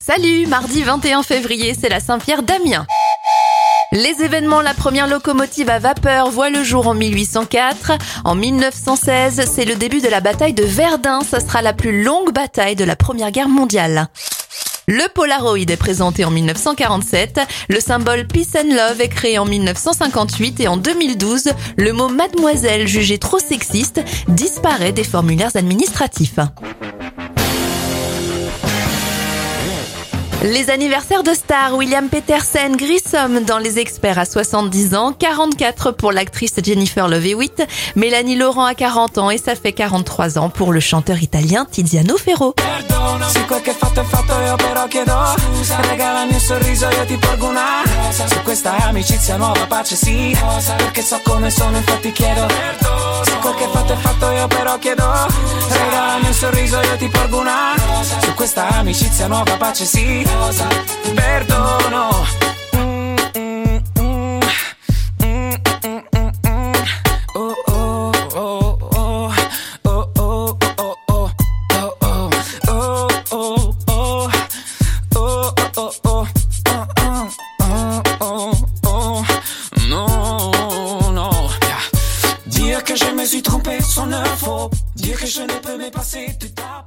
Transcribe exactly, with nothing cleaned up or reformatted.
Salut, mardi vingt et un février, c'est la Saint-Pierre d'Amiens. Les événements, la première locomotive à vapeur voit le jour en mille huit cent quatre. En mille neuf cent seize, c'est le début de la bataille de Verdun. Ça sera la plus longue bataille de la Première Guerre mondiale. Le Polaroid est présenté en mille neuf cent quarante-sept. Le symbole Peace and Love est créé en mille neuf cent cinquante-huit et en deux mille douze, le mot mademoiselle jugé trop sexiste disparaît des formulaires administratifs. Les anniversaires de stars, William Petersen, Grissom dans Les Experts à soixante-dix ans, quarante-quatre pour l'actrice Jennifer Love Hewitt, Mélanie Laurent à quarante ans et ça fait quarante-trois ans pour le chanteur italien Tiziano Ferro. Se quel che fatto è fatto io però chiedo scusa, regalami un sorriso io ti porgo una rosa, su questa amicizia nuova pace sì, rosa, perché so come sono infatti chiedo perdono. Se quel che fatto è fatto io però chiedo scusa, regalami un sorriso io ti porgo una rosa, su questa amicizia nuova pace sì, rosa, perdono. Dire que je me suis trompé, son info. Dire que je ne peux me passer de ta